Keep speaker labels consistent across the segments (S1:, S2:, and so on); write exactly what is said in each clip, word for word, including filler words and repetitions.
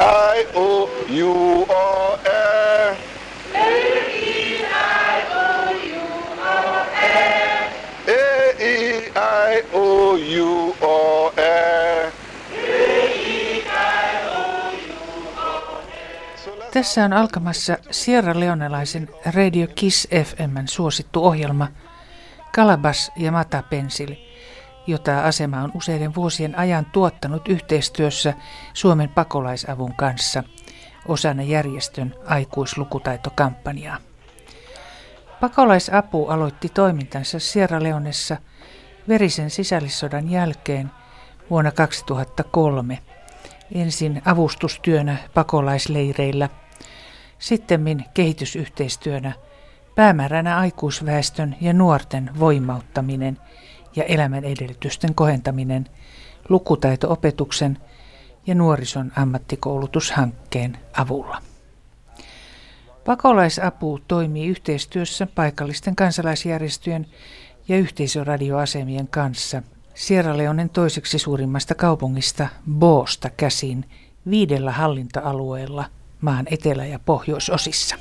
S1: I O U O R.
S2: A E I O U O R.
S1: A E I O U O R.
S3: Tässä on alkamassa Sierra Leonelaisen Radio Kiss F M:n suosittu ohjelma Calabas ja Matapensil, jota asema on useiden vuosien ajan tuottanut yhteistyössä Suomen pakolaisavun kanssa osana järjestön aikuislukutaitokampanjaa. Pakolaisapu aloitti toimintansa Sierra Leonessa verisen sisällissodan jälkeen vuonna kaksituhattakolme, ensin avustustyönä pakolaisleireillä, sittemmin kehitysyhteistyönä, päämääränä aikuisväestön ja nuorten voimauttaminen ja elämän edellytysten kohentaminen lukutaito-opetuksen ja nuorison ammattikoulutushankkeen avulla. Pakolaisapu toimii yhteistyössä paikallisten kansalaisjärjestöjen ja yhteisöradioasemien kanssa Sierra Leonen toiseksi suurimmasta kaupungista Boosta käsin viidellä hallintoalueella maan etelä- ja pohjoisosissa.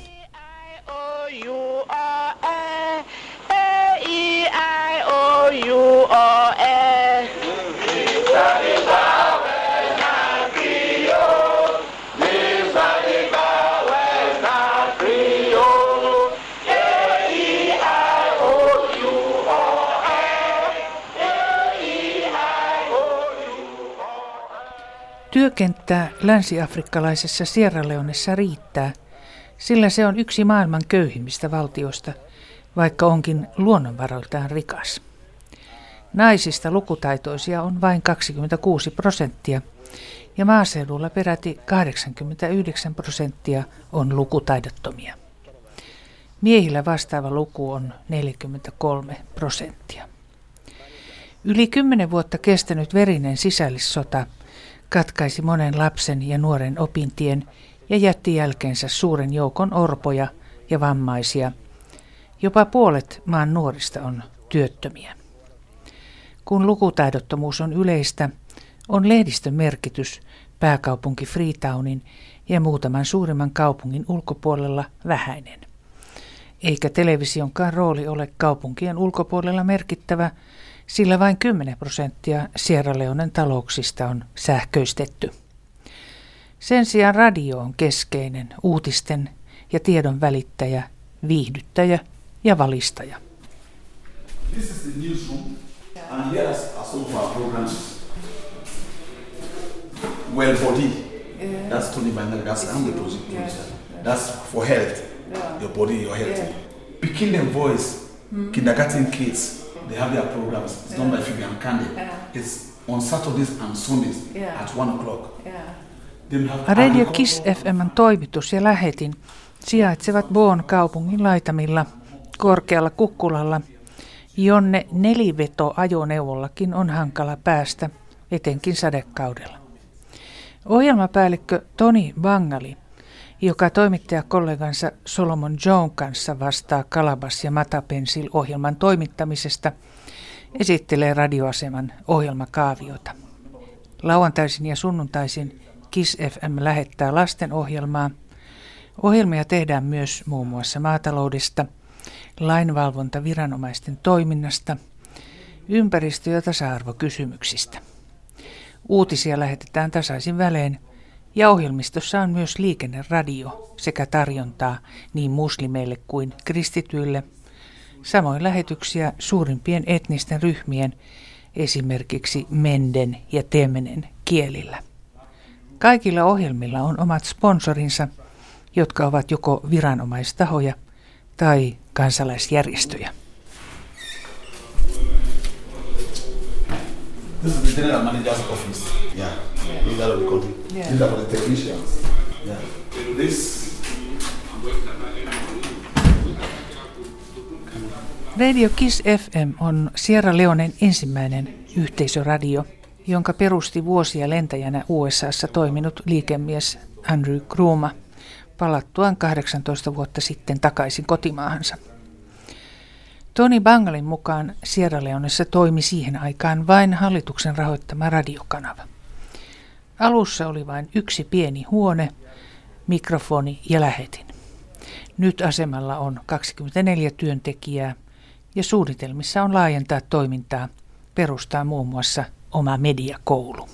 S3: Työkenttää länsi-afrikkalaisessa Sierra Leonessa riittää, sillä se on yksi maailman köyhimmistä valtioista, vaikka onkin luonnonvaroiltaan rikas. Naisista lukutaitoisia on vain kaksikymmentäkuusi prosenttia ja maaseudulla peräti kahdeksankymmentäyhdeksän prosenttia on lukutaidottomia. Miehillä vastaava luku on neljäkymmentäkolme prosenttia. Yli kymmenen vuotta kestänyt verinen sisällissota katkaisi monen lapsen ja nuoren opintien ja jätti jälkeensä suuren joukon orpoja ja vammaisia. Jopa puolet maan nuorista on työttömiä. Kun lukutaidottomuus on yleistä, on lehdistön merkitys pääkaupunki Freetownin ja muutaman suurimman kaupungin ulkopuolella vähäinen. Eikä televisionkaan rooli ole kaupunkien ulkopuolella merkittävä, sillä vain kymmenen prosenttia Sierra Leonen talouksista on sähköistetty. Sen sijaan radio on keskeinen uutisten ja tiedon välittäjä, viihdyttäjä ja valistaja.
S4: This is the newsroom, and here are some of our programs. Well body, that's Tony Banner, that's I'm the producer. That's for health, your body, your health. Picking the voice, kindergarten kids. They have their programs. It's done by Phoebe and Candy. It's on Saturdays and Sundays at one o'clock.
S3: Radio Kiss F M:n toimitus ja lähetin sijaitsevat Boon kaupungin laitamilla korkealla kukkulalla, jonne nelivetoajoneuvollakin on hankala päästä, etenkin sadekaudella. Ohjelmapäällikkö Tony Bangali, joka toimittajakollegansa Solomon Joan kanssa vastaa Calabas ja Matapensil ohjelman toimittamisesta, esittelee radioaseman ohjelmakaaviota. Lauantaisin ja sunnuntaisin Kiss F M lähettää lastenohjelmaa. Ohjelmia tehdään myös muun muassa maataloudesta, lainvalvontaviranomaisten toiminnasta, ympäristö- ja tasa-arvokysymyksistä. Uutisia lähetetään tasaisin välein. Ja ohjelmistossa on myös liikenneradio sekä tarjontaa niin muslimeille kuin kristityille, samoin lähetyksiä suurimpien etnisten ryhmien, esimerkiksi menden ja temenen kielillä. Kaikilla ohjelmilla on omat sponsorinsa, jotka ovat joko viranomaistahoja tai kansalaisjärjestöjä.
S4: This is the general manager's office. Yeah. In that of the country. Yeah. These are for the technicians. Yeah. This.
S3: Radio Kiss F M on Sierra Leonen ensimmäinen yhteisöradio, jonka perusti vuosia lentäjänä U S A:ssa toiminut liikemies Andrew Kruma palattuaan kahdeksantoista vuotta sitten takaisin kotimaahansa. Tony Bangalin mukaan Sierra Leonessa toimi siihen aikaan vain hallituksen rahoittama radiokanava. Alussa oli vain yksi pieni huone, mikrofoni ja lähetin. Nyt asemalla on kaksikymmentäneljä työntekijää ja suunnitelmissa on laajentaa toimintaa, perustaa muun muassa oma mediakoulu.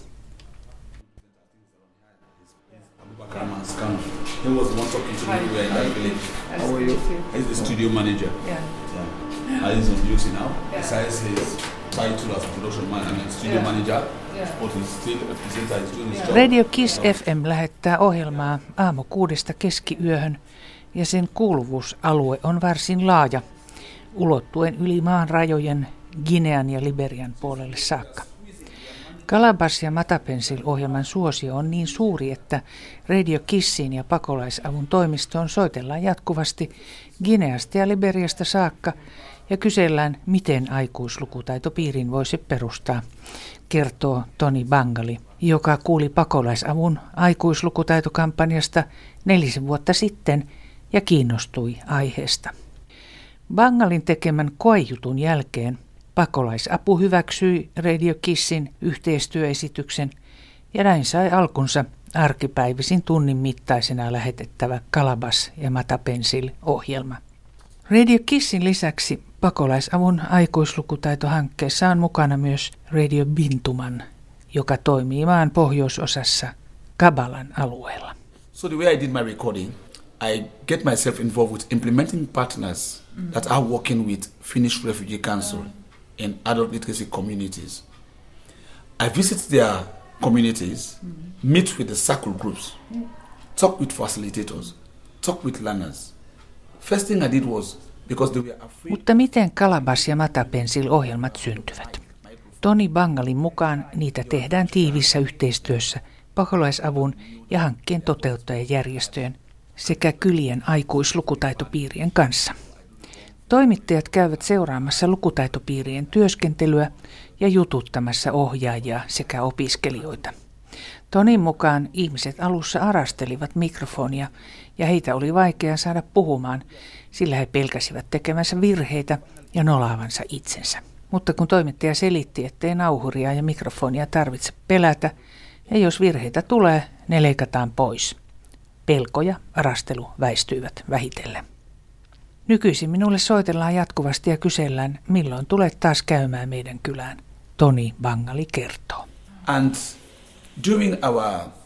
S4: He was one talking to me where in that village. How are you? He's the studio manager. Yeah. Yeah. He's on duty now. Besides his title as production manager and studio manager, but he's still a presenter. He's doing his job.
S3: Radio Kiss F M lähettää ohjelmaa aamu kuudesta keskiyöhön ja sen kuuluvuusalue on varsin laaja, ulottuen yli maan rajojen Guinean ja Liberian puolelle saakka. Calabas ja Matapensil-ohjelman suosio on niin suuri, että Radio Kissin ja pakolaisavun toimistoon soitellaan jatkuvasti Guineasta ja Liberiasta saakka ja kysellään, miten aikuislukutaitopiirin voisi perustaa, kertoo Tony Bangali, joka kuuli pakolaisavun aikuislukutaitokampanjasta nelisen vuotta sitten ja kiinnostui aiheesta. Bangalin tekemän koejutun jälkeen pakolaisapu hyväksyi Radio Kissin yhteistyöesityksen ja näin sai alkunsa arkipäivisin tunnin mittaisena lähetettävä Calabas ja Matapensil-ohjelma. Radio Kissin lisäksi pakolaisavun aikuislukutaitohankkeessa on mukana myös Radio Bintuman, joka toimii maan pohjoisosassa Kabalan alueella.
S4: So the way I did my recording, I get myself involved with implementing partners mm. that are working with Finnish Refugee Council and adult literacy communities. I visit their communities, mm. meet with the circle groups, mm. talk with facilitators, talk with learners. First thing I did was because they were afraid.
S3: Mutta miten Calabas ja Matapensil-ohjelmat syntyvät? Tony Bangalin mukaan niitä tehdään tiivissä yhteistyössä pakolaisavun ja hankkeen toteuttajajärjestöjen sekä kylien aikuislukutaitopiirien kanssa. Toimittajat käyvät seuraamassa lukutaitopiirien työskentelyä ja jututtamassa ohjaajia sekä opiskelijoita. Tonin mukaan ihmiset alussa arastelivat mikrofonia ja heitä oli vaikea saada puhumaan, sillä he pelkäsivät tekemänsä virheitä ja nolaavansa itsensä. Mutta kun toimittaja selitti, ettei nauhuria ja mikrofonia tarvitse pelätä, ja jos virheitä tulee, ne leikataan pois. Pelko ja arastelu väistyivät vähitellen. Nykyisin minulle soitellaan jatkuvasti ja kysellään, milloin tulet taas käymään meidän kylään. Tony Bangali kertoo.
S4: And during our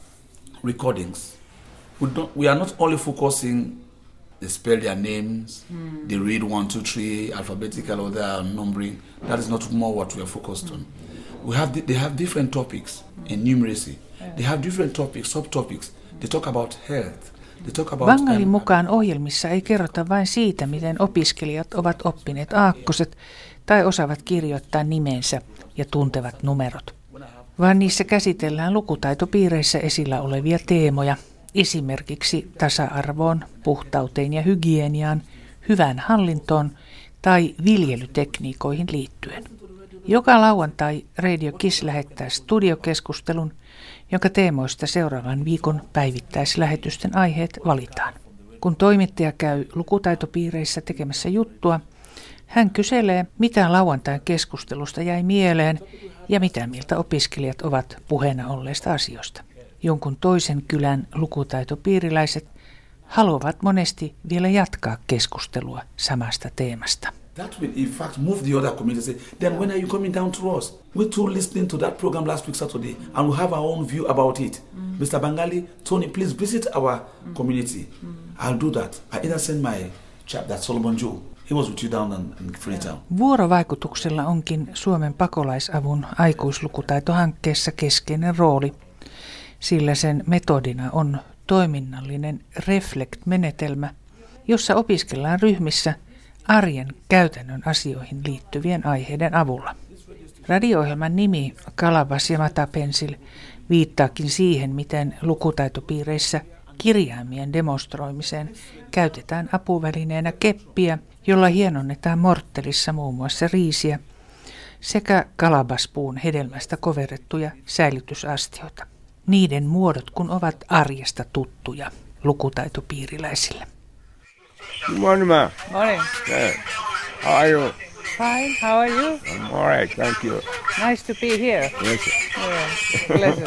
S4: recordings, we, don't, we are not only focusing, they spell their names, mm. they read one, two, three, alphabetical or their numbering. That is not more what we are focused mm. on. We have, they have different topics in numeracy. Yeah. They have different topics, subtopics. They talk about health.
S3: Bangalin mukaan ohjelmissa ei kerrota vain siitä, miten opiskelijat ovat oppineet aakkoset tai osaavat kirjoittaa nimensä ja tuntevat numerot, vaan niissä käsitellään lukutaitopiireissä esillä olevia teemoja, esimerkiksi tasa-arvoon, puhtauteen ja hygieniaan, hyvään hallintoon tai viljelytekniikoihin liittyen. Joka lauantai Radio Kiss lähettää studiokeskustelun, jonka teemoista seuraavan viikon päivittäislähetysten aiheet valitaan. Kun toimittaja käy lukutaitopiireissä tekemässä juttua, hän kyselee, mitä lauantain keskustelusta jäi mieleen ja mitä mieltä opiskelijat ovat puheena olleista asioista. Jonkun toisen kylän lukutaitopiiriläiset haluavat monesti vielä jatkaa keskustelua samasta teemasta.
S4: That will in fact move the other community and say, then when are you coming down to us? We too listening to that program last week Saturday and we have our own view about it. Mm. Mister Bangali, Tony, please visit our mm. community. Mm. I'll do that. I either send my chap, that Solomon Joe. He was with you down in, in Freetown.
S3: Vuorovaikutuksella onkin Suomen pakolaisavun aikuislukutaitohankkeessa keskeinen rooli, sillä sen metodina on toiminnallinen Reflect-menetelmä, jossa opiskellaan ryhmissä arjen käytännön asioihin liittyvien aiheiden avulla. Radio-ohjelman nimi Calabas ja Matapensil viittaakin siihen, miten lukutaitopiireissä kirjaimien demonstroimiseen käytetään apuvälineenä keppiä, jolla hienonnetaan morttelissa muun muassa riisiä, sekä kalabaspuun hedelmästä koverrettuja säilytysastioita. Niiden muodot kun ovat arjesta tuttuja lukutaitopiiriläisille.
S1: Morning, ma.
S2: Morning.
S1: Yeah. How are you?
S2: Fine. How are you?
S1: I'm all right, thank you.
S3: Nice to be here.
S5: Yes.
S3: Yeah, pleasure.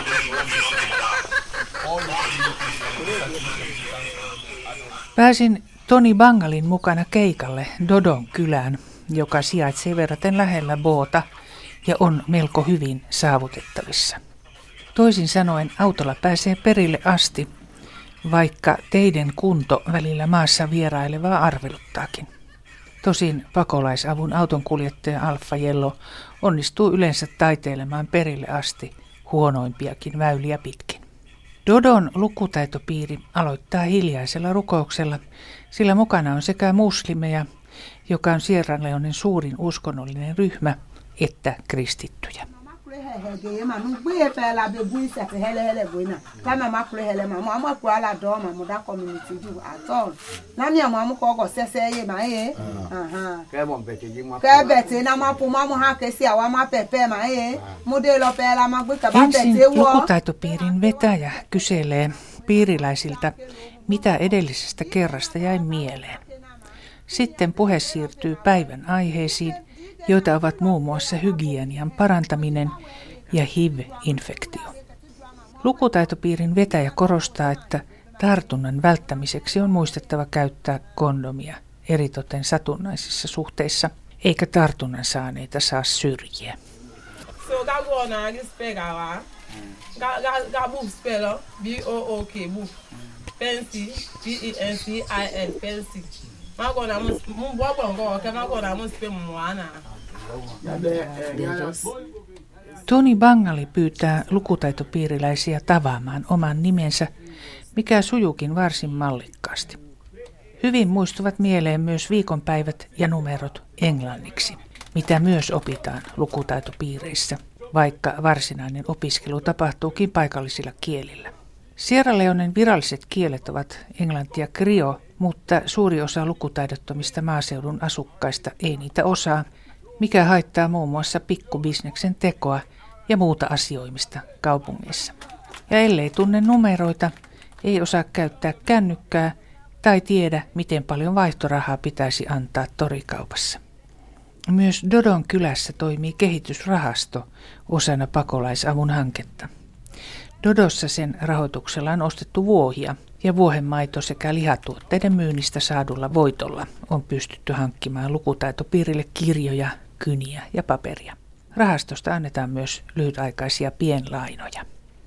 S3: Pääsin Tony Bangalin mukana keikalle Dodon kylään, joka sijaitsee verraten lähellä Boota ja on melko hyvin saavutettavissa. Toisin sanoen autolla pääsee perille asti, vaikka teiden kunto välillä maassa vierailevaa arveluttaakin. Tosin pakolaisavun autonkuljettaja Alfa Jello onnistuu yleensä taiteilemaan perille asti huonoimpiakin väyliä pitkin. Dodon lukutaitopiiri aloittaa hiljaisella rukouksella, sillä mukana on sekä muslimeja, joka on Sierra Leonen suurin uskonnollinen ryhmä, että kristittyjä. Ensin lukutaitopiirin vetäjä kyselee piiriläisiltä, mitä edellisestä kerrasta jäi mieleen. Sitten puhe siirtyy päivän aiheisiin, joita ovat muun muassa hygienian parantaminen ja H I V-infektio. Lukutaitopiirin vetäjä korostaa, että tartunnan välttämiseksi on muistettava käyttää kondomia eritoten satunnaisissa suhteissa, eikä tartunnan saaneita saa syrjiä. Tony Bangali pyytää lukutaitopiiriläisiä tavaamaan oman nimensä, mikä sujuukin varsin mallikkaasti. Hyvin muistuvat mieleen myös viikonpäivät ja numerot englanniksi, mitä myös opitaan lukutaitopiireissä, vaikka varsinainen opiskelu tapahtuukin paikallisilla kielillä. Sierra Leonen viralliset kielet ovat englanti ja krio, mutta suuri osa lukutaidottomista maaseudun asukkaista ei niitä osaa, mikä haittaa muun muassa pikkubisneksen tekoa ja muuta asioimista kaupungeissa. Ja ellei tunne numeroita, ei osaa käyttää kännykkää tai tiedä, miten paljon vaihtorahaa pitäisi antaa torikaupassa. Myös Dodon kylässä toimii kehitysrahasto osana pakolaisavun hanketta. Dodossa sen rahoituksella on ostettu vuohia ja vuohenmaito sekä lihatuotteiden myynnistä saadulla voitolla on pystytty hankkimaan lukutaitopiirille kirjoja, kyniä ja paperia. Rahastosta annetaan myös lyhytaikaisia pienlainoja.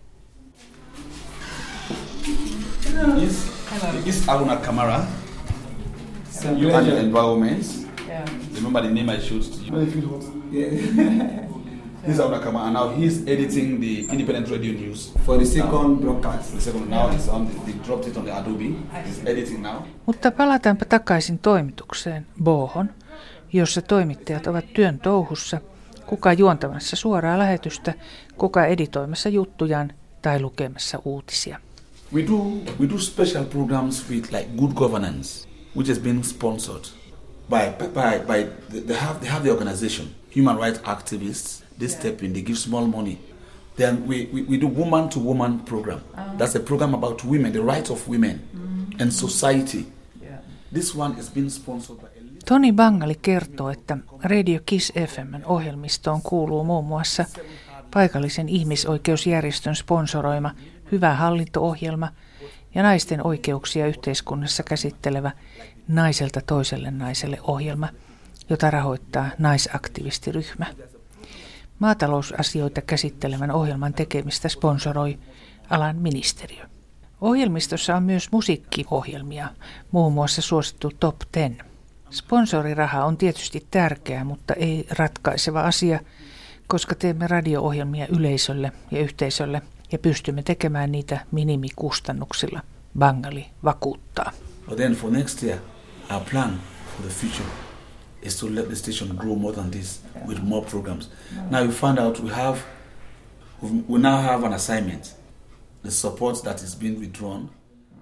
S4: Yes. This is Aruna Kamara. You and your environments.
S3: Yeah.
S4: Remember the name I showed to you. This is Aruna Kamara, and now he's editing the independent radio news
S5: For the second
S4: now.
S5: broadcast.
S4: The second now is on. The, they dropped it on the Adobe. He's editing now.
S3: Mutta palataanpa takaisin toimitukseen Bohon, jossa toimittajat ovat työn touhussa, kuka juontamassa suoraa lähetystä, kuka editoimassa juttujaan tai lukemassa uutisia.
S4: We do we do special programs with like good governance, which has been sponsored by by by, by the, they have they have the organization human rights activists. They step in, they give small money. Then we, we, we do woman to woman program. That's a program about women, the rights of women and society. This one has been sponsored by.
S3: Tony Bangali kertoo, että Radio Kiss F M:n ohjelmistoon kuuluu muun muassa paikallisen ihmisoikeusjärjestön sponsoroima Hyvä hallinto-ohjelma ja naisten oikeuksia yhteiskunnassa käsittelevä Naiselta toiselle naiselle -ohjelma, jota rahoittaa naisaktivistiryhmä. Maatalousasioita käsittelevän ohjelman tekemistä sponsoroi alan ministeriö. Ohjelmistossa on myös musiikkiohjelmia, muun muassa suosittu Top Ten. Sponsoriraha on tietysti tärkeä, mutta ei ratkaiseva asia, koska teemme radio-ohjelmia yleisölle ja yhteisölle ja pystymme tekemään niitä minimikustannuksilla, Bangali vakuuttaa.
S4: But then for next year, our plan for the future is to let the station grow more than this with more programs. Now we found out we have, we now have an assignment, the support that is being withdrawn.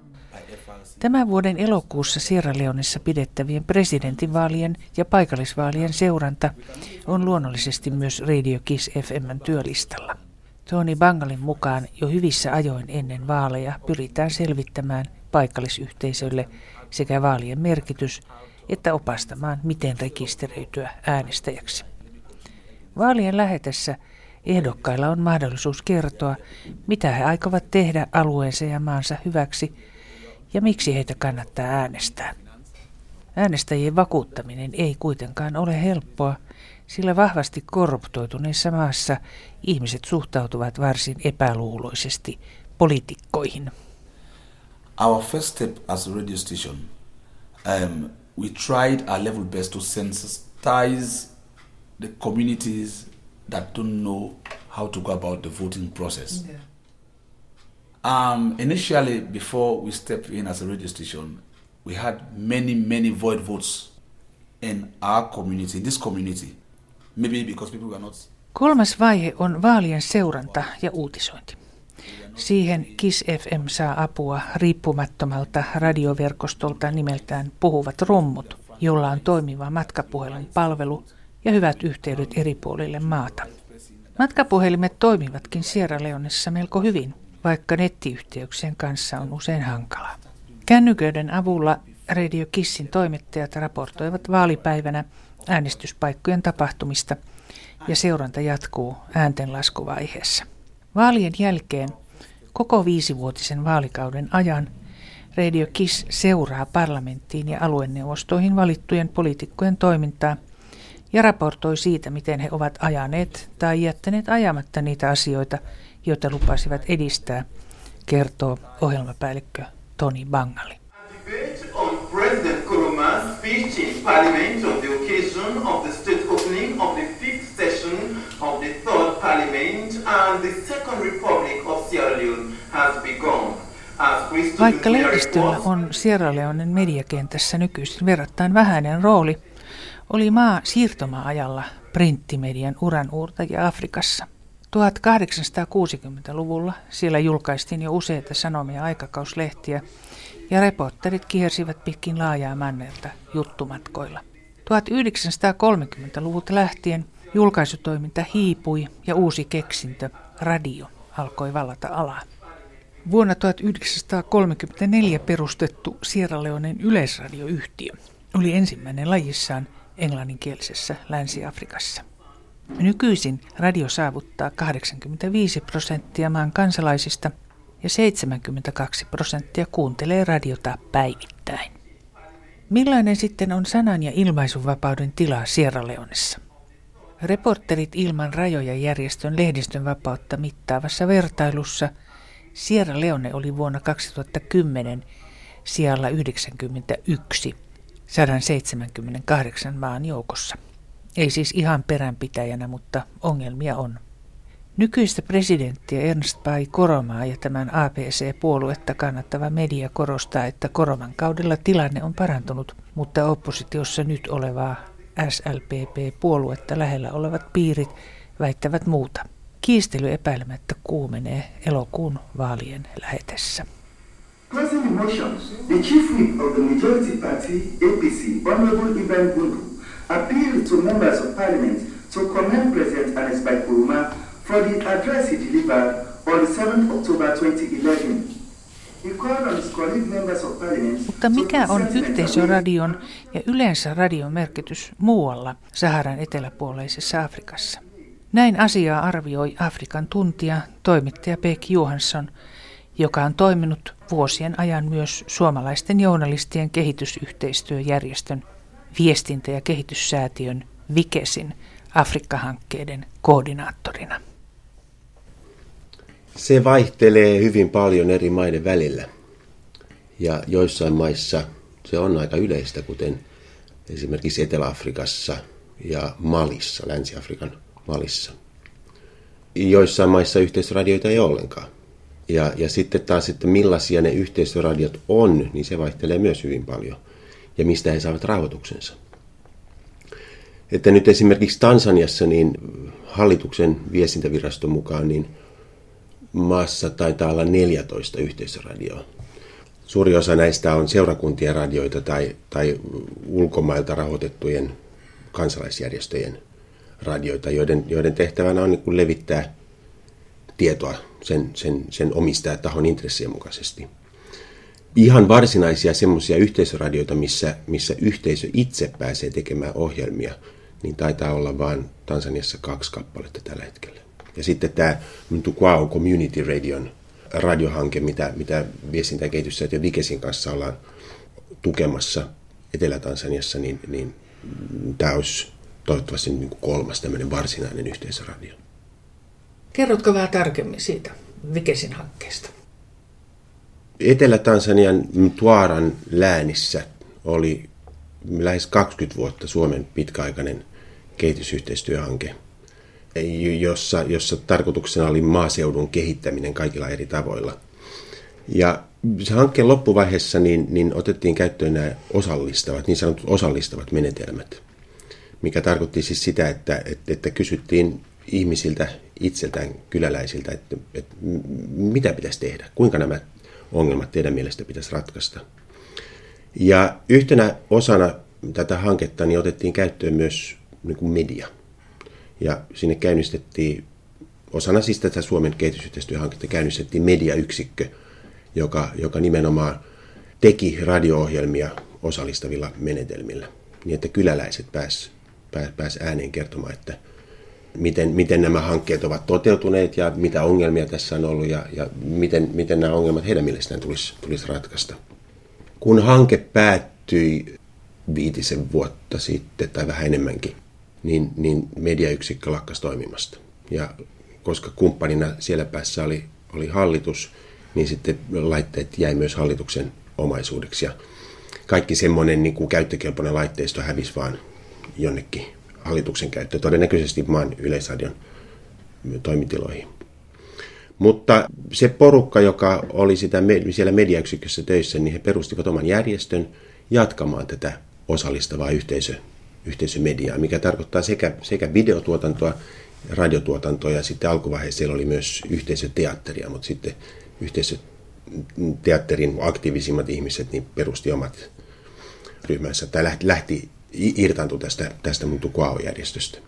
S3: Tämän vuoden elokuussa Sierra Leonessa pidettävien presidentinvaalien ja paikallisvaalien seuranta on luonnollisesti myös Radio Kiss F M:n työlistalla. Tony Bangalin mukaan jo hyvissä ajoin ennen vaaleja pyritään selvittämään paikallisyhteisölle sekä vaalien merkitys, että opastamaan, miten rekisteröityä äänestäjäksi. Vaalien lähetessä ehdokkailla on mahdollisuus kertoa, mitä he aikovat tehdä alueensa ja maansa hyväksi ja miksi heitä kannattaa äänestää. Äänestäjien vakuuttaminen ei kuitenkaan ole helppoa, sillä vahvasti korruptoituneessa maassa ihmiset suhtautuvat varsin epäluuloisesti poliitikkoihin.
S4: Our first step as a radio station, um, we tried our level best to sensitize the communities that don't know how to go about the voting process. Yeah. Um, initially, before we stepped in as a radio station, we had many, many void votes in our community, in this community. Maybe because people were not...
S3: Kolmas vaihe on vaalien seuranta ja uutisointi. Siihen KISS F M saa apua riippumattomalta radioverkostolta nimeltään Puhuvat Rummut, jolla on toimiva matkapuhelin palvelu ja hyvät yhteydet eri puolille maata. Matkapuhelimet toimivatkin Sierra Leonessa melko hyvin, vaikka nettiyhteyksien kanssa on usein hankalaa. Kännyköiden avulla Radio KISSin toimittajat raportoivat vaalipäivänä äänestyspaikkojen tapahtumista ja seuranta jatkuu ääntenlaskuvaiheessa. Vaalien jälkeen koko viisivuotisen vaalikauden ajan Radio KISS seuraa parlamenttiin ja alueneuvostoihin valittujen poliitikkojen toimintaa ja raportoi siitä, miten he ovat ajaneet tai jättäneet ajamatta niitä asioita, joita lupasivat edistää, kertoo ohjelmapäällikkö Tony Bangali.
S5: Debate on President Kourouma's speech in Parliament on the occasion of the state opening of the fifth session of the third Parliament and the Second Republic of Sierra Leone has begun.
S3: Vaikka lehdistöllä on Sierra Leonen mediakentässä nykyisin verrattain vähäinen rooli, oli maa siirtomaa-ajalla printtimedian uranuurtaja Afrikassa. tuhatkahdeksansataakuusikymmentäluvulla siellä julkaistiin jo useita sanomia ja aikakauslehtiä, ja reporterit kiersivät pitkin laajaa mannerta juttumatkoilla. tuhatyhdeksänsataakolmekymmentäluvulta lähtien julkaisutoiminta hiipui ja uusi keksintö, radio, alkoi vallata alaa. Vuonna tuhatyhdeksänsataakolmekymmentäneljä perustettu Sierra Leonen yleisradioyhtiö oli ensimmäinen lajissaan englanninkielisessä Länsi-Afrikassa. Nykyisin radio saavuttaa kahdeksankymmentäviisi prosenttia maan kansalaisista ja seitsemänkymmentäkaksi prosenttia kuuntelee radiota päivittäin. Millainen sitten on sanan- ja ilmaisunvapauden tila Sierra Leonessa? Reporterit ilman rajoja järjestön lehdistön vapautta mittaavassa vertailussa Sierra Leone oli vuonna kaksituhattakymmenen sijalla yhdeksänkymmentäyksi sata seitsemänkymmentäkahdeksan maan joukossa. Ei siis ihan peränpitäjänä, mutta ongelmia on. Nykyistä presidenttiä Ernest Bai Koromaa ja tämän A P C-puoluetta kannattava media korostaa, että Koroman kaudella tilanne on parantunut, mutta oppositiossa nyt olevaa S L P P-puoluetta lähellä olevat piirit väittävät muuta. Kiistely epäilemättä kuumenee elokuun vaalien lähetessä.
S6: Pressing emotions, the chief whip of the majority party, A P C, Honorable Ibrahim Gundu, appealed to members of parliament to commend President Ernest Bai Koroma for the address he delivered on the seventh of October twenty eleven. He called on his colleague members of parliament.
S3: Mutta mikä on yhteisöradion ja yleensä radion merkitys muualla Saharan eteläpuoleisessa Afrikassa? Näin asiaa arvioi Afrikan tuntija, toimittaja Beck Johansson, joka on toiminut vuosien ajan myös suomalaisten journalistien kehitysyhteistyöjärjestön viestintä- ja kehityssäätiön Vikesin Afrikka-hankkeiden koordinaattorina.
S7: Se vaihtelee hyvin paljon eri maiden välillä ja joissain maissa se on aika yleistä, kuten esimerkiksi Etelä-Afrikassa ja Malissa, Länsi-Afrikan Malissa. Joissain maissa yhteisöradioita ei ollenkaan. Ja, ja sitten taas, että millaisia ne yhteisöradiot on, niin se vaihtelee myös hyvin paljon. Ja mistä he saavat rahoituksensa. Että nyt esimerkiksi Tansaniassa niin hallituksen viestintäviraston mukaan niin maassa taitaa olla neljätoista yhteisöradioa. Suuri osa näistä on seurakuntien radioita tai, tai ulkomailta rahoitettujen kansalaisjärjestöjen radioita, joiden, joiden tehtävänä on niin kuin levittää tietoa sen, sen, sen omistajatahon intressien mukaisesti. Ihan varsinaisia semmoisia yhteisöradioita, missä, missä yhteisö itse pääsee tekemään ohjelmia, niin taitaa olla vain Tansaniassa kaksi kappaletta tällä hetkellä. Ja sitten tämä Mtukwao Community Radion radiohanke, mitä, mitä viestintä- ja kehityssäätiö Vikesin kanssa ollaan tukemassa Etelä-Tansaniassa, niin, niin tämä olisi toivottavasti niin kuin kolmas tämmöinen varsinainen yhteisöradio.
S3: Kerrotko vähän tarkemmin siitä Vikesin hankkeesta?
S7: Etelä-Tansanian Mtwaran läänissä oli lähes kaksikymmentä vuotta Suomen pitkäaikainen kehitysyhteistyöhanke, jossa, jossa tarkoituksena oli maaseudun kehittäminen kaikilla eri tavoilla. Ja se hankkeen loppuvaiheessa niin, niin otettiin käyttöön nämä osallistavat, niin sanotut osallistavat menetelmät, mikä tarkoitti siis sitä, että, että, että kysyttiin ihmisiltä itseltään, kyläläisiltä, että, että mitä pitäisi tehdä, kuinka nämä ongelmat teidän mielestä pitäisi ratkaista. Ja yhtenä osana tätä hanketta niin otettiin käyttöön myös niin kuin media. Ja sinne käynnistettiin, osana siis tätä Suomen kehitysyhteistyöhanketta käynnistettiin mediayksikkö, joka, joka nimenomaan teki radio-ohjelmia osallistavilla menetelmillä, niin että kyläläiset pääs, pääs, pääs ääneen kertomaan, että miten, miten nämä hankkeet ovat toteutuneet ja mitä ongelmia tässä on ollut ja, ja miten, miten nämä ongelmat heidän mielestään tulisi, tulisi ratkaista. Kun hanke päättyi viitisen vuotta sitten tai vähän enemmänkin, niin, niin mediayksikkö lakkasi toimimasta. Ja koska kumppanina siellä päässä oli, oli hallitus, niin sitten laitteet jäi myös hallituksen omaisuudeksi. Ja kaikki semmoinen niin kuin käyttökelpoinen laitteisto hävisi vaan jonnekin hallituksen käyttöön, todennäköisesti maan Yleisradion toimitiloihin. Mutta se porukka, joka oli sitä, siellä mediayksikössä töissä, niin he perustivat oman järjestön jatkamaan tätä osallistavaa yhteisö, yhteisömediaa, mikä tarkoittaa sekä, sekä videotuotantoa, radiotuotantoa ja sitten alkuvaiheessa siellä oli myös yhteisöteatteria, mutta sitten yhteisöteatterin aktiivisimmat ihmiset niin perusti omat ryhmänsä tai lähti, lähti irtaantui tästä, tästä Mtukwao-järjestöstä.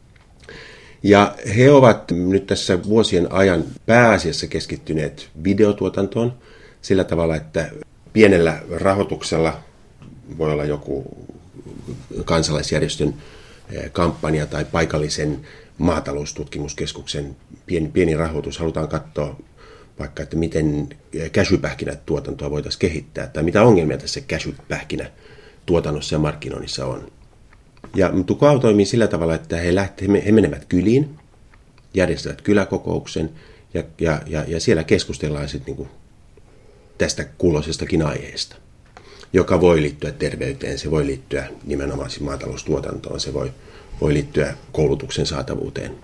S7: Ja he ovat nyt tässä vuosien ajan pääasiassa keskittyneet videotuotantoon sillä tavalla, että pienellä rahoituksella voi olla joku kansalaisjärjestön kampanja tai paikallisen maataloustutkimuskeskuksen pieni, pieni rahoitus. Halutaan katsoa vaikka, että miten cashew-pähkinätuotantoa voitaisiin kehittää tai mitä ongelmia tässä cashew-pähkinätuotannossa ja markkinoinnissa on. Ja Mtukwao toimii sillä tavalla, että he, lähte, he menevät kyliin, järjestävät kyläkokouksen ja, ja, ja, ja siellä keskustellaan sitten niinku tästä kulloisestakin aiheesta, joka voi liittyä terveyteen, se voi liittyä nimenomaan maataloustuotantoon, se voi, voi liittyä koulutuksen saatavuuteen.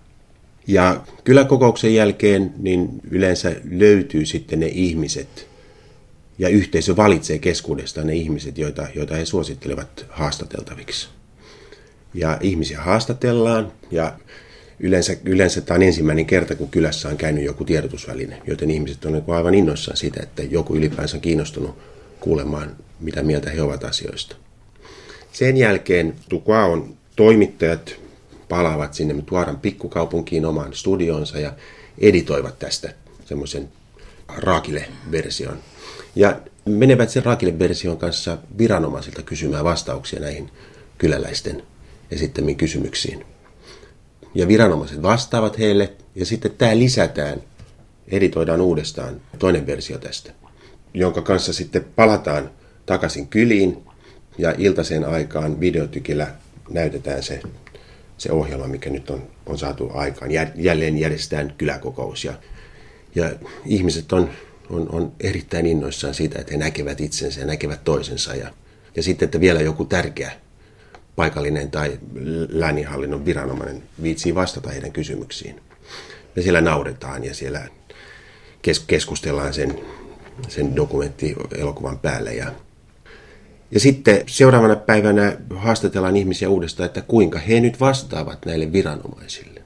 S7: Ja kyläkokouksen jälkeen niin yleensä löytyy sitten ne ihmiset, ja yhteisö valitsee keskuudestaan ne ihmiset, joita, joita he suosittelevat haastateltaviksi. Ja ihmisiä haastatellaan, ja yleensä, yleensä tämä on ensimmäinen kerta, kun kylässä on käynyt joku tiedotusväline, joten ihmiset on aivan innoissaan siitä, että joku ylipäänsä on kiinnostunut kuulemaan, mitä mieltä he ovat asioista. Sen jälkeen Mtukwaon toimittajat palaavat sinne Mtwaran pikkukaupunkiin omaan studioonsa ja editoivat tästä semmoisen raakile-version. Ja menevät sen raakile-version kanssa viranomaisilta kysymään vastauksia näihin kyläläisten esittämiin kysymyksiin. Ja viranomaiset vastaavat heille ja sitten tämä lisätään, editoidaan uudestaan toinen versio tästä, jonka kanssa sitten palataan takaisin kyliin ja iltaiseen aikaan videotykillä näytetään se, se ohjelma, mikä nyt on, on saatu aikaan. Jälleen järjestetään kyläkokous ja, ja ihmiset on, on, on erittäin innoissaan siitä, että he näkevät itsensä ja näkevät toisensa. Ja, ja sitten, että vielä joku tärkeä paikallinen tai lääninhallinnon viranomainen viitsii vastata heidän kysymyksiin. Ja siellä nauretaan ja siellä keskustellaan sen, sen dokumenttielokuvan päälle. Ja, ja sitten seuraavana päivänä haastatellaan ihmisiä uudestaan, että kuinka he nyt vastaavat näille viranomaisille.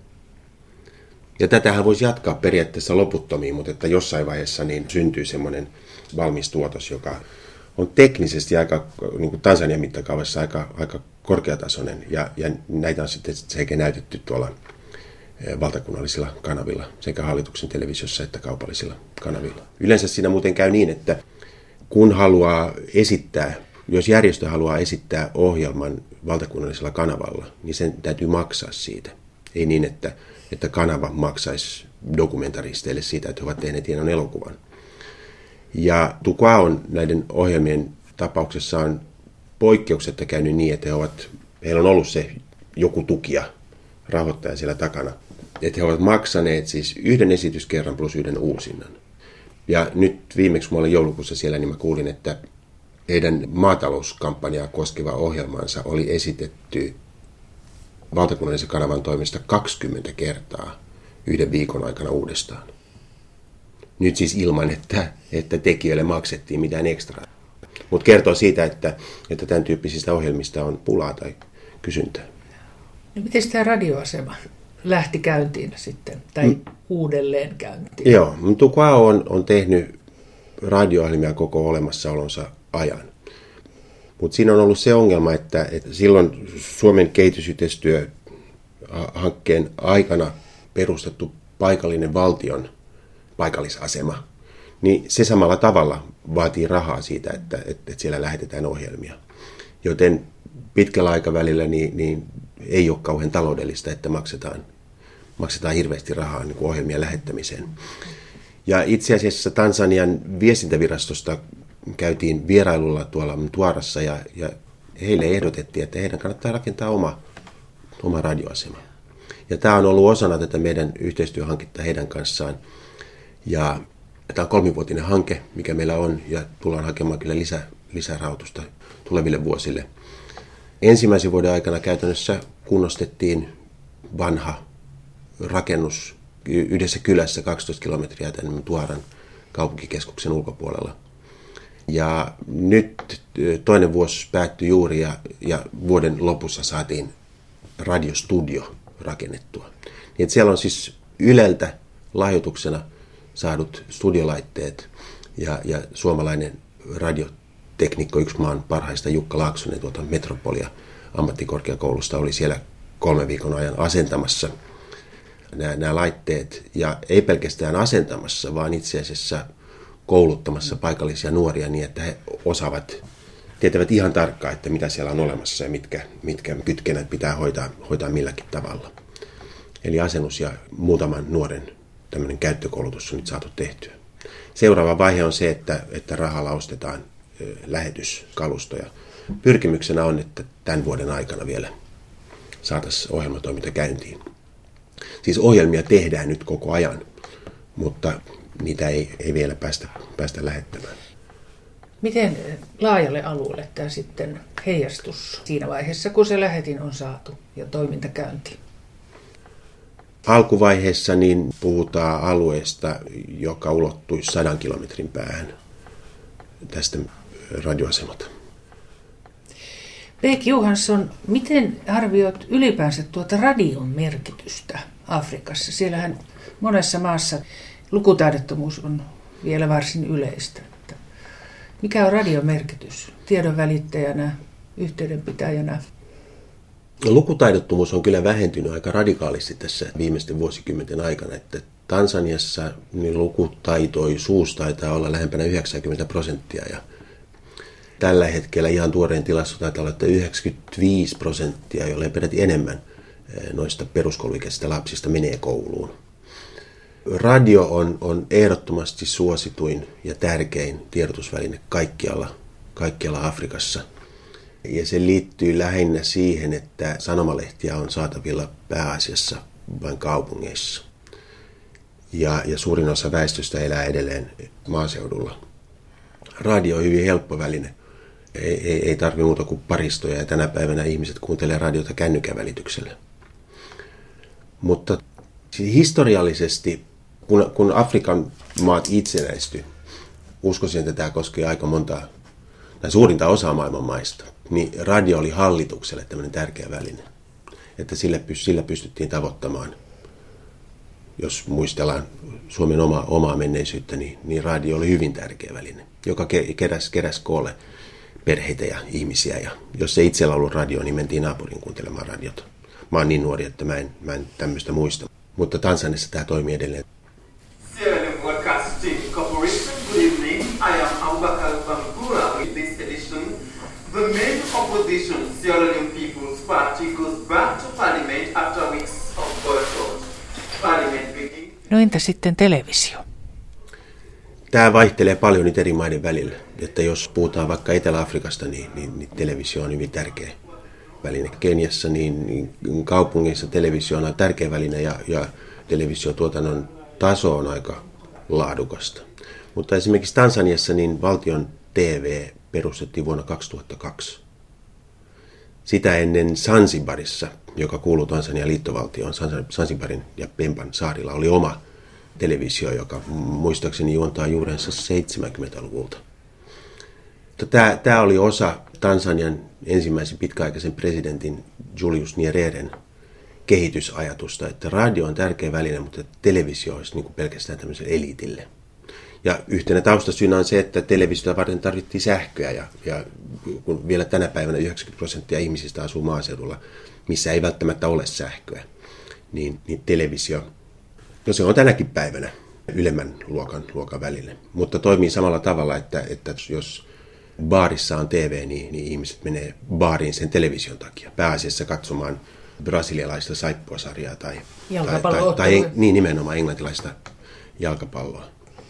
S7: Ja tätähän voisi jatkaa periaatteessa loputtomiin, mutta että jossain vaiheessa niin syntyy semmoinen valmis tuotos, joka on teknisesti aika, niin kuin Tansanian mittakaavassa aika, aika korkeatasoinen. Ja, ja näitä on sitten sekä näytetty tuolla valtakunnallisilla kanavilla, sekä hallituksen televisiossa että kaupallisilla kanavilla. Yleensä siinä muuten käy niin, että kun haluaa esittää jos järjestö haluaa esittää ohjelman valtakunnallisella kanavalla, niin sen täytyy maksaa siitä. Ei niin, että, että kanava maksaisi dokumentaristeille siitä, että he ovat tehneet hienon elokuvan. Ja Tukua on näiden ohjelmien tapauksessa on poikkeuksetta käynyt niin, että he ovat, heillä on ollut se joku tukija, rahoittaja siellä takana. Että he ovat maksaneet siis yhden esityskerran plus yhden uusinnan. Ja nyt viimeksi, kun mä olin joulukuussa siellä, niin mä kuulin, että heidän maatalouskampanjaa koskeva ohjelmansa oli esitetty valtakunnallisen kanavan toimesta kaksikymmentä kertaa yhden viikon aikana uudestaan. Nyt siis ilman, että, että tekijöille maksettiin mitään ekstraa. Mutta kertoo siitä, että, että tämän tyyppisistä ohjelmista on pulaa tai kysyntää.
S3: No miten tämä radioasema lähti käyntiin sitten, tai mm. uudelleen käyntiin?
S7: Joo, Tukua on, on tehnyt radio-ohjelmia koko olemassaolonsa ajan. Mutta siinä on ollut se ongelma, että, että silloin Suomen kehitysyhteistyöhankkeen aikana perustettu paikallinen valtion paikallisasema, niin se samalla tavalla vaatii rahaa siitä, että, että, että siellä lähetetään ohjelmia. Joten pitkällä aikavälillä niin, niin ei ole kauhean taloudellista, että maksetaan, maksetaan hirveästi rahaa niin kuin ohjelmien lähettämiseen. Ja itse asiassa Tansanian viestintävirastosta käytiin vierailulla tuolla Mtwarassa ja, ja heille ehdotettiin, että heidän kannattaa rakentaa oma, oma radioasema. Ja tämä on ollut osana tätä meidän yhteistyöhanketta heidän kanssaan. Ja tämä on kolmivuotinen hanke, mikä meillä on, ja tullaan hakemaan kyllä lisä, lisärahoitusta tuleville vuosille. Ensimmäisen vuoden aikana käytännössä kunnostettiin vanha rakennus yhdessä kylässä kaksitoista kilometriä tänne Mtwaran kaupunkikeskuksen ulkopuolella. Ja nyt toinen vuosi päättyi juuri ja, ja vuoden lopussa saatiin radiostudio rakennettua. Niin että siellä on siis Yleltä lahjoituksena saadut studiolaitteet ja, ja suomalainen radioteknikko, yksi maan parhaista Jukka Laaksonen tuolta Metropolia ammattikorkeakoulusta oli siellä kolmen viikon ajan asentamassa nämä, nämä laitteet. Ja ei pelkästään asentamassa, vaan itse asiassa kouluttamassa paikallisia nuoria niin, että he osaavat, tietävät ihan tarkkaan, että mitä siellä on olemassa ja mitkä, mitkä kytkennät pitää hoitaa, hoitaa milläkin tavalla. Eli asennus ja muutaman nuoren tämmöinen käyttökoulutus on nyt saatu tehtyä. Seuraava vaihe on se, että, että rahalla ostetaan lähetyskalustoja. Pyrkimyksenä on, että tämän vuoden aikana vielä saataisiin ohjelmatoiminta käyntiin. Siis ohjelmia tehdään nyt koko ajan, mutta niitä ei, ei vielä päästä, päästä lähettämään.
S3: Miten laajalle alueelle tämä sitten heijastus siinä vaiheessa, kun se lähetin on saatu ja toiminta käyntiin?
S7: Alkuvaiheessa niin puhutaan alueesta, joka ulottuisi sadan kilometrin päähän tästä radioasemalta.
S3: Beek Johansson, miten arvioit ylipäänsä tuota radion merkitystä Afrikassa? Siellähän monessa maassa lukutaidottomuus on vielä varsin yleistä. Mikä on radion merkitys tiedon välittäjänä, yhteydenpitäjänä?
S7: Lukutaidottomuus on kyllä vähentynyt aika radikaalisti tässä viimeisten vuosikymmenten aikana, että Tansaniassa niin lukutaitoisuus taitaa olla lähempänä yhdeksänkymmentä prosenttia ja tällä hetkellä ihan tuoreen tilassa taitaa olla, että yhdeksänkymmentäviisi prosenttia, jollei peräti enemmän noista peruskouluikäisistä lapsista menee kouluun. Radio on, on ehdottomasti suosituin ja tärkein tiedotusväline kaikkialla, kaikkialla Afrikassa. Ja se liittyy lähinnä siihen, että sanomalehtiä on saatavilla pääasiassa vain kaupungeissa. Ja, ja suurin osa väestöstä elää edelleen maaseudulla. Radio on hyvin helppo väline. Ei, ei, ei tarvitse muuta kuin paristoja ja tänä päivänä ihmiset kuuntelee radiota kännykän välityksellä. Mutta historiallisesti, kun, kun Afrikan maat itsenäistyi, uskoisin, että tämä koskee aika montaa, tai suurinta osaa maailman maista, niin radio oli hallitukselle tämmöinen tärkeä väline. Että sillä, sillä pystyttiin tavoittamaan, jos muistellaan Suomen oma, omaa menneisyyttä, niin, niin radio oli hyvin tärkeä väline, joka keräsi, keräsi koolle perheitä ja ihmisiä. Ja jos ei itsellä ollut radio, niin mentiin naapurin kuuntelemaan radiota. Mä oon niin nuori, että mä en, mä en tämmöistä muista. Mutta Tansaniassa tämä toimii edelleen.
S5: Sierra Leone Broadcasting Corporation, good evening. I am Abubakar Bangura with this edition opposition, Sierra Leone People's Party, goes back to parliament after weeks of boycott. Parliament begins.
S3: No entä sitten televisio?
S7: Tämä vaihtelee paljon nyt eri maiden välillä. Että jos puhutaan vaikka Etelä-Afrikasta, niin, niin, niin televisio on hyvin tärkeä väline. Keniassa niin, niin kaupungeissa televisio on tärkeä väline ja, ja televisiotuotannon taso on aika laadukasta. Mutta esimerkiksi Tansaniassa niin valtion T V perustettiin vuonna kaksituhattakaksi. Sitä ennen Zanzibarissa, joka kuuluu Tansanian liittovaltioon, Zanzibarin ja Pemban saarilla oli oma televisio, joka muistaakseni juontaa juurensa seitsemänkymmentäluvulta. Tämä, tämä oli osa Tansanian ensimmäisen pitkäaikaisen presidentin Julius Nyereren kehitysajatusta, että radio on tärkeä väline, mutta televisio olisi niin kuin pelkästään tämmöiselle eliitille. Ja yhtenä taustasyynä on se, että televisiota varten tarvittiin sähköä ja, ja kun vielä tänä päivänä yhdeksänkymmentä prosenttia ihmisistä asuu maaseudulla, missä ei välttämättä ole sähköä, niin, niin televisio, no se on tänäkin päivänä ylemmän luokan, luokan välille, mutta toimii samalla tavalla, että, että jos baarissa on T V, niin, niin ihmiset menee baariin sen television takia, pääasiassa katsomaan brasilialaista saippuasarjaa tai, tai, tai, tai niin nimenomaan englantilaista jalkapalloa.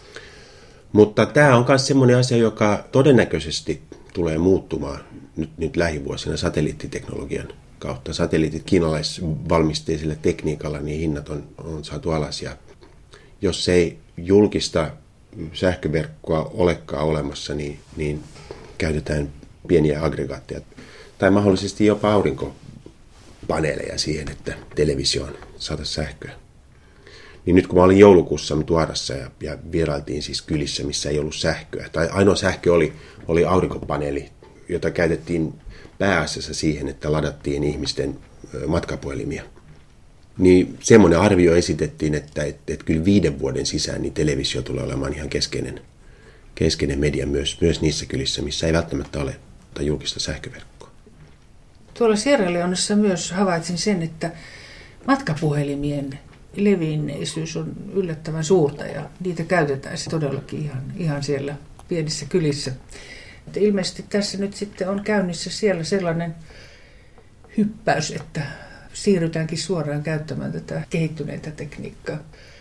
S7: Mutta tämä on myös semmoinen asia, joka todennäköisesti tulee muuttumaan nyt, nyt lähivuosina satelliittiteknologian kautta. Satelliitit kiinalaisvalmisteisella tekniikalla, niin hinnat on, on saatu alas. Ja jos ei julkista sähköverkkoa olekaan olemassa, niin, niin käytetään pieniä aggregaatteja tai mahdollisesti jopa aurinkopaneeleja siihen, että televisioon saataisiin sähköä. Niin nyt kun mä olin joulukuussa Tuarassa ja, ja vierailtiin siis kylissä, missä ei ollut sähköä, tai ainoa sähkö oli, oli aurinkopaneeli, jota käytettiin pääasiassa siihen, että ladattiin ihmisten matkapuhelimia. Niin semmoinen arvio esitettiin, että, että, että kyllä viiden vuoden sisään niin televisio tulee olemaan ihan keskeinen, keskeinen media myös, myös niissä kylissä, missä ei välttämättä ole tai julkista sähköverkkoa.
S3: Tuolla Sierra Leonessa myös havaitsin sen, että matkapuhelimien levinneisyys on yllättävän suurta ja niitä käytetään todellakin ihan, ihan siellä pienissä kylissä. Että ilmeisesti tässä nyt sitten on käynnissä siellä sellainen hyppäys, että siirrytäänkin suoraan käyttämään tätä kehittyneitä tekniikkaa.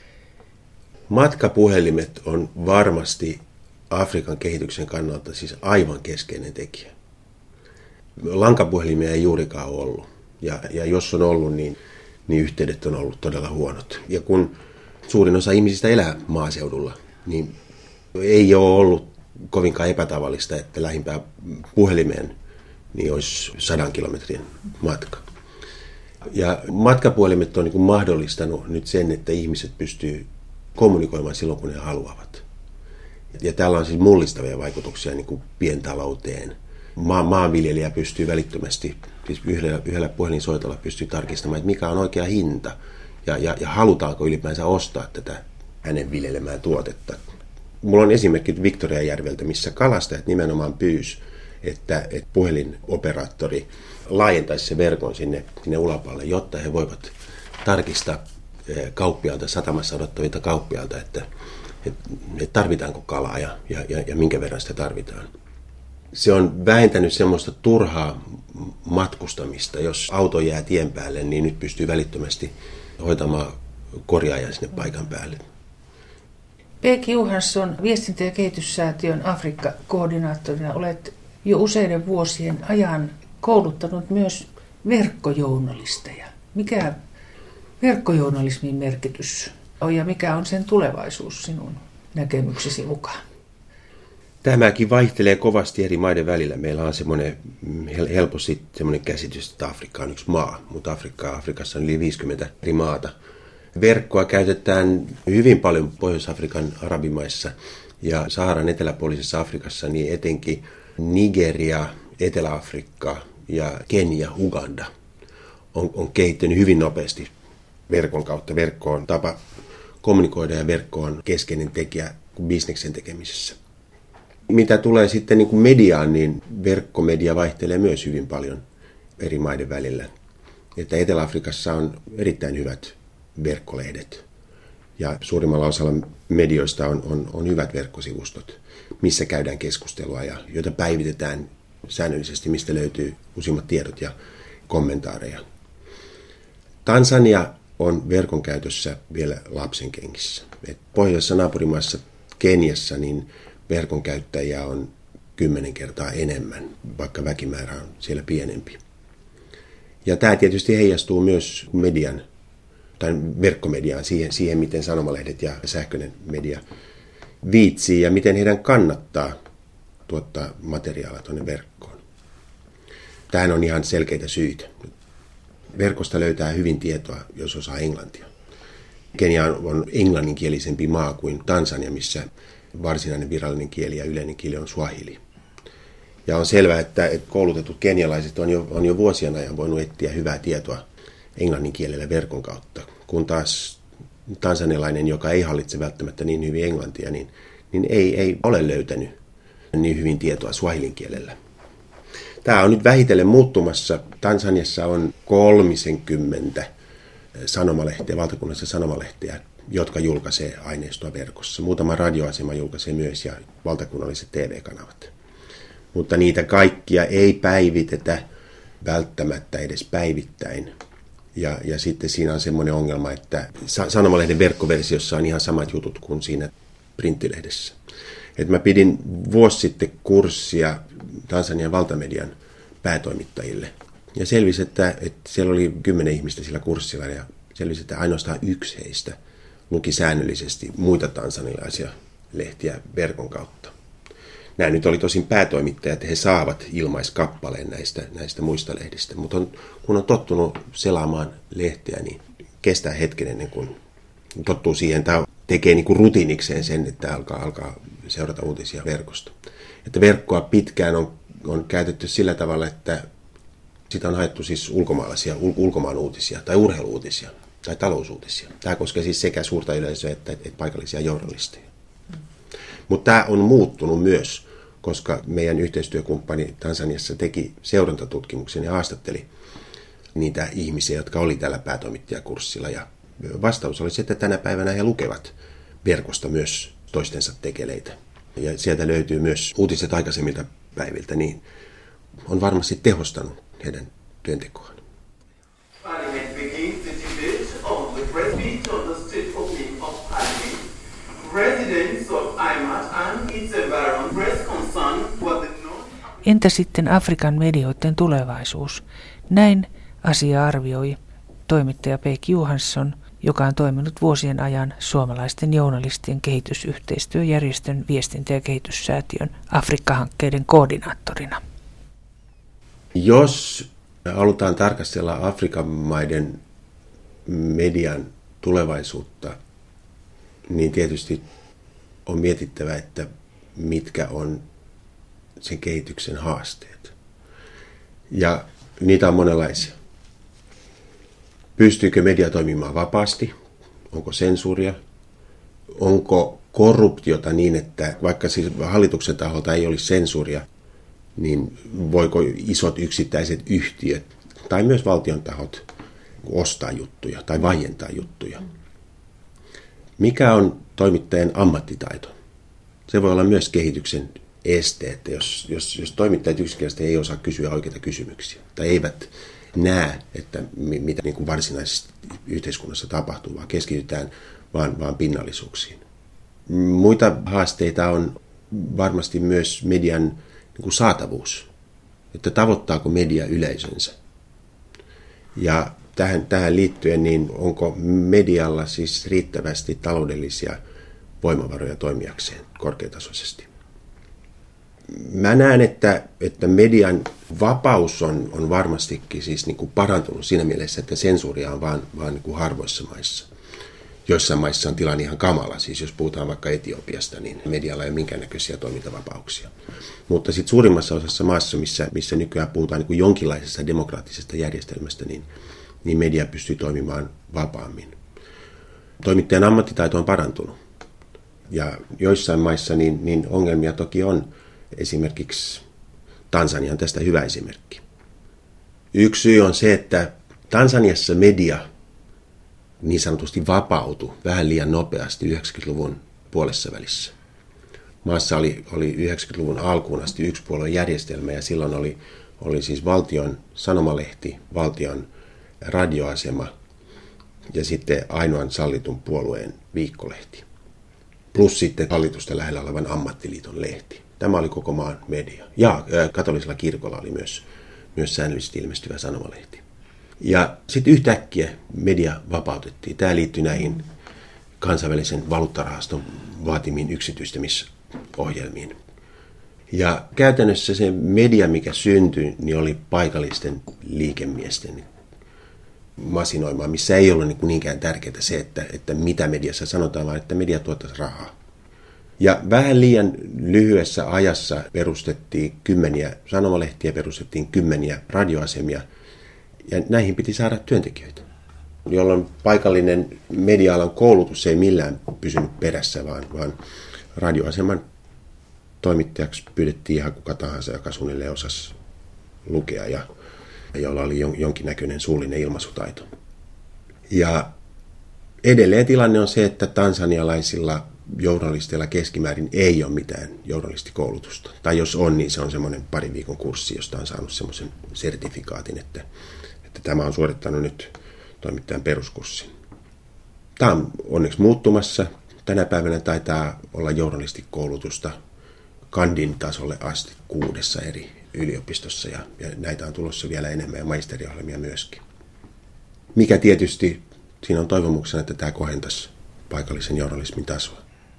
S7: Matkapuhelimet on varmasti Afrikan kehityksen kannalta siis aivan keskeinen tekijä. Lankapuhelimia ei juurikaan ollut ja, ja jos on ollut, niin niin yhteydet on ollut todella huonot. Ja kun suurin osa ihmisistä elää maaseudulla, niin ei ole ollut kovinkaan epätavallista, että lähimpään puhelimeen niin olisi sadan kilometrin matka. Ja matkapuhelimet on niin kuin mahdollistanut nyt sen, että ihmiset pystyy kommunikoimaan silloin, kun ne haluavat. Ja tällä on siis mullistavia vaikutuksia niin kuin pientalouteen. Ma- maanviljelijä pystyy välittömästi, siis yhdellä, yhdellä puhelinsoitolla pystyy tarkistamaan, että mikä on oikea hinta ja, ja, ja halutaanko ylipäänsä ostaa tätä hänen viljelemää tuotetta. Mulla on esimerkki Victoriajärveltä, missä kalastajat nimenomaan pyys, että, että puhelinoperaattori laajentaisi se verkon sinne, sinne ulapalle, jotta he voivat tarkistaa kauppialta, satamassa odottavilta kauppialta, että, että, että tarvitaanko kalaa ja, ja, ja, ja minkä verran sitä tarvitaan. Se on vähentänyt semmoista turhaa matkustamista. Jos auto jää tien päälle, niin nyt pystyy välittömästi hoitamaan korjaajan sinne paikan päälle.
S3: Becky Johansson, viestintä- ja kehityssäätiön Afrikka-koordinaattorina, olet jo useiden vuosien ajan kouluttanut myös verkkojournalisteja. Mikä verkkojournalismin merkitys on ja mikä on sen tulevaisuus sinun näkemyksesi mukaan?
S7: Tämäkin vaihtelee kovasti eri maiden välillä. Meillä on semmoinen helposti semmoinen käsitys, että Afrikka on yksi maa, mutta Afrikka, Afrikassa on yli viisikymmentä eri maata. Verkkoa käytetään hyvin paljon Pohjois-Afrikan arabimaissa ja Saharan eteläpuolisessa Afrikassa, niin etenkin Nigeria, Etelä-Afrikka ja Kenia, Uganda on, on kehittynyt hyvin nopeasti verkon kautta. Verkko on tapa kommunikoida ja verkko on keskeinen tekijä bisneksen tekemisessä. Mitä tulee sitten niin kuin mediaan, niin verkkomedia vaihtelee myös hyvin paljon eri maiden välillä. Että Etelä-Afrikassa on erittäin hyvät verkkolehdet ja suurimmalla osalla medioista on, on, on hyvät verkkosivustot, missä käydään keskustelua ja joita päivitetään säännöllisesti, mistä löytyy useimmat tiedot ja kommentaareja. Tansania on verkon käytössä vielä lapsenkengissä. Et pohjoisessa naapurimaassa Keniassa niin verkon käyttäjiä on kymmenen kertaa enemmän, vaikka väkimäärä on siellä pienempi. Ja tämä tietysti heijastuu myös median tai verkkomediaan, siihen, siihen miten sanomalehdet ja sähköinen media viitsii ja miten heidän kannattaa tuottaa materiaalia tuonne verkkoon. Tähän on ihan selkeitä syitä. Verkosta löytää hyvin tietoa, jos osaa englantia. Kenia on englanninkielisempi maa kuin Tansania, missä varsinainen virallinen kieli ja yleinen kieli on swahili. Ja on selvää, että koulutetut kenialaiset on jo, on jo vuosien ajan voinut etsiä hyvää tietoa englannin kielellä verkon kautta, kun taas tansanialainen, joka ei hallitse välttämättä niin hyvin englantia, niin, niin ei, ei ole löytänyt niin hyvin tietoa swahilin kielellä. Tämä on nyt vähitellen muuttumassa. Tansaniassa on kolmisenkymmentä sanomalehteä, valtakunnallisia sanomalehteä, jotka julkaisee aineistoa verkossa. Muutama radioasema julkaisee myös ja valtakunnalliset T V-kanavat. Mutta niitä kaikkia ei päivitetä välttämättä edes päivittäin. Ja, ja sitten siinä on semmoinen ongelma, että sanomalehden verkkoversiossa on ihan samat jutut kuin siinä printtilehdessä. Et mä pidin vuosi sitten kurssia Tansanian valtamedian päätoimittajille. Ja selvisi, että, että siellä oli kymmenen ihmistä sillä kurssilla ja selvisi, että ainoastaan yksi heistä luki säännöllisesti muita tansanilaisia lehtiä verkon kautta. Nämä nyt oli tosin päätoimittajat, he saavat ilmaiskappaleen näistä, näistä muista lehdistä, mutta on, kun on tottunut selaamaan lehteä, niin kestää hetken ennen kuin tottuu siihen. Tämä tekee niin kuin rutiinikseen sen, että alkaa, alkaa seurata uutisia verkosta. Että verkkoa pitkään on, on käytetty sillä tavalla, että sitä on haettu siis ulkomaalaisia, ul, ulkomaan uutisia tai urheiluuutisia tai talousuutisia. Tämä koskee siis sekä suurta yleisöä että, että paikallisia journalisteja. Mutta tämä on muuttunut myös, koska meidän yhteistyökumppani Tansaniassa teki seurantatutkimuksen ja haastatteli niitä ihmisiä, jotka oli tällä päätoimittajakurssilla. Ja vastaus oli se, että tänä päivänä he lukevat verkosta myös toistensa tekeleitä. Ja sieltä löytyy myös uutiset aikaisemmilta päiviltä, niin on varmasti tehostanut heidän työntekoaan.
S5: Parliament begins the debate on the press speech on the state opening of Parliament. Residents of Aimat and its environment press concern what the North...
S3: Entä sitten Afrikan medioiden tulevaisuus? Näin asia arvioi toimittaja Peik Johansson, joka on toiminut vuosien ajan suomalaisten journalistien kehitysyhteistyöjärjestön viestintä- ja kehityssäätiön Afrikka-hankkeiden koordinaattorina.
S7: Jos halutaan tarkastella Afrikan maiden median tulevaisuutta, niin tietysti on mietittävä, että mitkä on sen kehityksen haasteet. Ja niitä on monenlaisia. Pystyykö media toimimaan vapaasti? Onko sensuuria? Onko korruptiota niin, että vaikka siis hallituksen taholta ei olisi sensuuria, niin voiko isot yksittäiset yhtiöt tai myös valtion tahot ostaa juttuja tai vaientaa juttuja? Mikä on toimittajan ammattitaito? Se voi olla myös kehityksen este, että jos, jos, jos toimittajat yksinkertaisesti ei osaa kysyä oikeita kysymyksiä tai eivät näe, että mitä niin kuin varsinaisesti yhteiskunnassa tapahtuu, vaan keskitytään vaan, vaan pinnallisuuksiin. Muita haasteita on varmasti myös median niin kuin saatavuus, että tavoittaako media yleisönsä. Ja tähän, tähän liittyen, niin onko medialla siis riittävästi taloudellisia voimavaroja toimijakseen korkeatasoisesti. Mä näen, että, että median vapaus on, on varmastikin siis niin kuin parantunut siinä mielessä, että sensuuria on vaan, vaan niin kuin harvoissa maissa. Joissain maissa on tilanne ihan kamala, siis jos puhutaan vaikka Etiopiasta, niin medialla ei ole minkäännäköisiä toimintavapauksia. Mutta sitten suurimmassa osassa maassa, missä, missä nykyään puhutaan niin kuin jonkinlaisesta demokraattisesta järjestelmästä, niin, niin media pystyy toimimaan vapaammin. Toimittajan ammattitaito on parantunut. Ja joissain maissa niin, niin ongelmia toki on. Esimerkiksi Tansania on tästä hyvä esimerkki. Yksi syy on se, että Tansaniassa media niin sanotusti vapautui vähän liian nopeasti yhdeksänkymmentäluvun puolessa välissä. Maassa oli, oli yhdeksänkymmentäluvun alkuun asti yksipuoluejärjestelmä ja silloin oli, oli siis valtion sanomalehti, valtion radioasema ja sitten ainoan sallitun puolueen viikkolehti. Plus sitten hallitusta lähellä olevan ammattiliiton lehti. Tämä oli koko maan media. Ja katolisella kirkolla oli myös, myös säännöllisesti ilmestyvä sanomalehti. Ja sitten yhtäkkiä media vapautettiin. Tämä liittyy näihin kansainvälisen valuuttarahaston vaatimiin yksityistämisohjelmiin. Ja käytännössä se media, mikä syntyi, niin oli paikallisten liikemiesten masinoimaa, missä ei ollut niinkään tärkeää se, että, että mitä mediassa sanotaan, vaan että media tuottaisi rahaa. Ja vähän liian lyhyessä ajassa perustettiin kymmeniä sanomalehtiä, perustettiin kymmeniä radioasemia, ja näihin piti saada työntekijöitä, jolloin paikallinen media-alan koulutus ei millään pysynyt perässä, vaan, vaan radioaseman toimittajaksi pyydettiin ihan kuka tahansa, joka suunnilleen osasi lukea ja jolla oli jonkinnäköinen suullinen ilmaisutaito. Ja edelleen tilanne on se, että tansanialaisilla journalisteilla keskimäärin ei ole mitään journalistikoulutusta. Tai jos on, niin se on semmoinen parin viikon kurssi, josta on saanut semmoisen sertifikaatin, että, että tämä on suorittanut nyt toimittajan peruskurssin. Tämä on onneksi muuttumassa. Tänä päivänä taitaa olla journalistikoulutusta kandin tasolle asti kuudessa eri yliopistossa ja, ja näitä on tulossa vielä enemmän ja maisteriohjelmia myöskin. Mikä tietysti siinä on toivomuksena, että tämä kohentaisi paikallisen journalismin tasoa.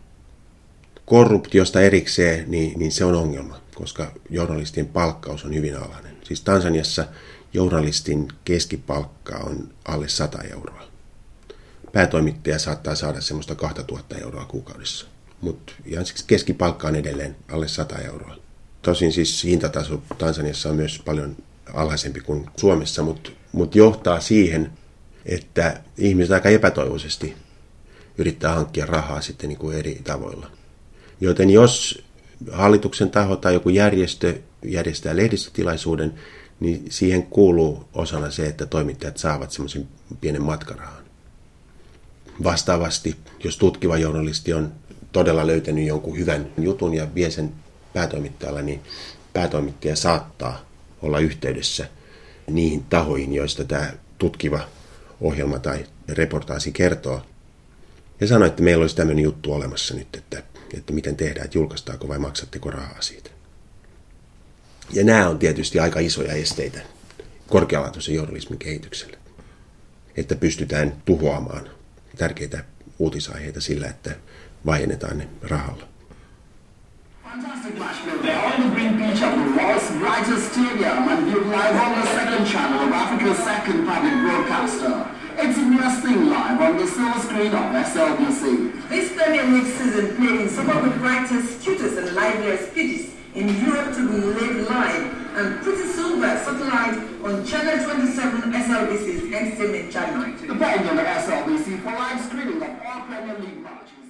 S7: Korruptiosta erikseen, niin, niin se on ongelma, koska journalistien palkkaus on hyvin alhainen. Siis Tansaniassa journalistin keskipalkka on alle sata euroa. Päätoimittaja saattaa saada semmoista kaksituhatta euroa kuukaudessa, mutta ihan siksi keskipalkka on edelleen alle sata euroa. Tosin siis hintataso Tansaniassa on myös paljon alhaisempi kuin Suomessa, mutta, mutta johtaa siihen, että ihmiset aika epätoivoisesti yrittää hankkia rahaa sitten niin kuin eri tavoilla. Joten jos hallituksen taho tai joku järjestö järjestää lehdistötilaisuuden, niin siihen kuuluu osana se, että toimittajat saavat semmoisen pienen matkarahan. Vastaavasti, jos tutkiva journalisti on todella löytänyt jonkun hyvän jutun ja vie sen päätoimittajalle, niin päätoimittaja saattaa olla yhteydessä niihin tahoihin, joista tämä tutkiva ohjelma tai reportaasi kertoo. Ja sanoi, että meillä olisi tämmöinen juttu olemassa nyt, että, että miten tehdään, että julkaistaako vai maksatteko rahaa siitä. Ja nämä on tietysti aika isoja esteitä korkealaatuisen journalismin kehitykselle. Että pystytään tuhoamaan tärkeitä uutisaiheita sillä, että vaiennetaan ne rahalla.
S8: Fantastic match there on the green beach of the Ross Writers Stadium and viewed live on the second channel of Africa's second public broadcaster. It's investing live on the silver screen of S L B C.
S9: This Premier League season played in some of the brightest, cutest and liveliest pitches in Europe to be laid live and pretty soon by satellite on Channel twenty-seven S L B C's Entertainment Channel.
S8: Depending on the S L B C for live screening of all Premier League matches.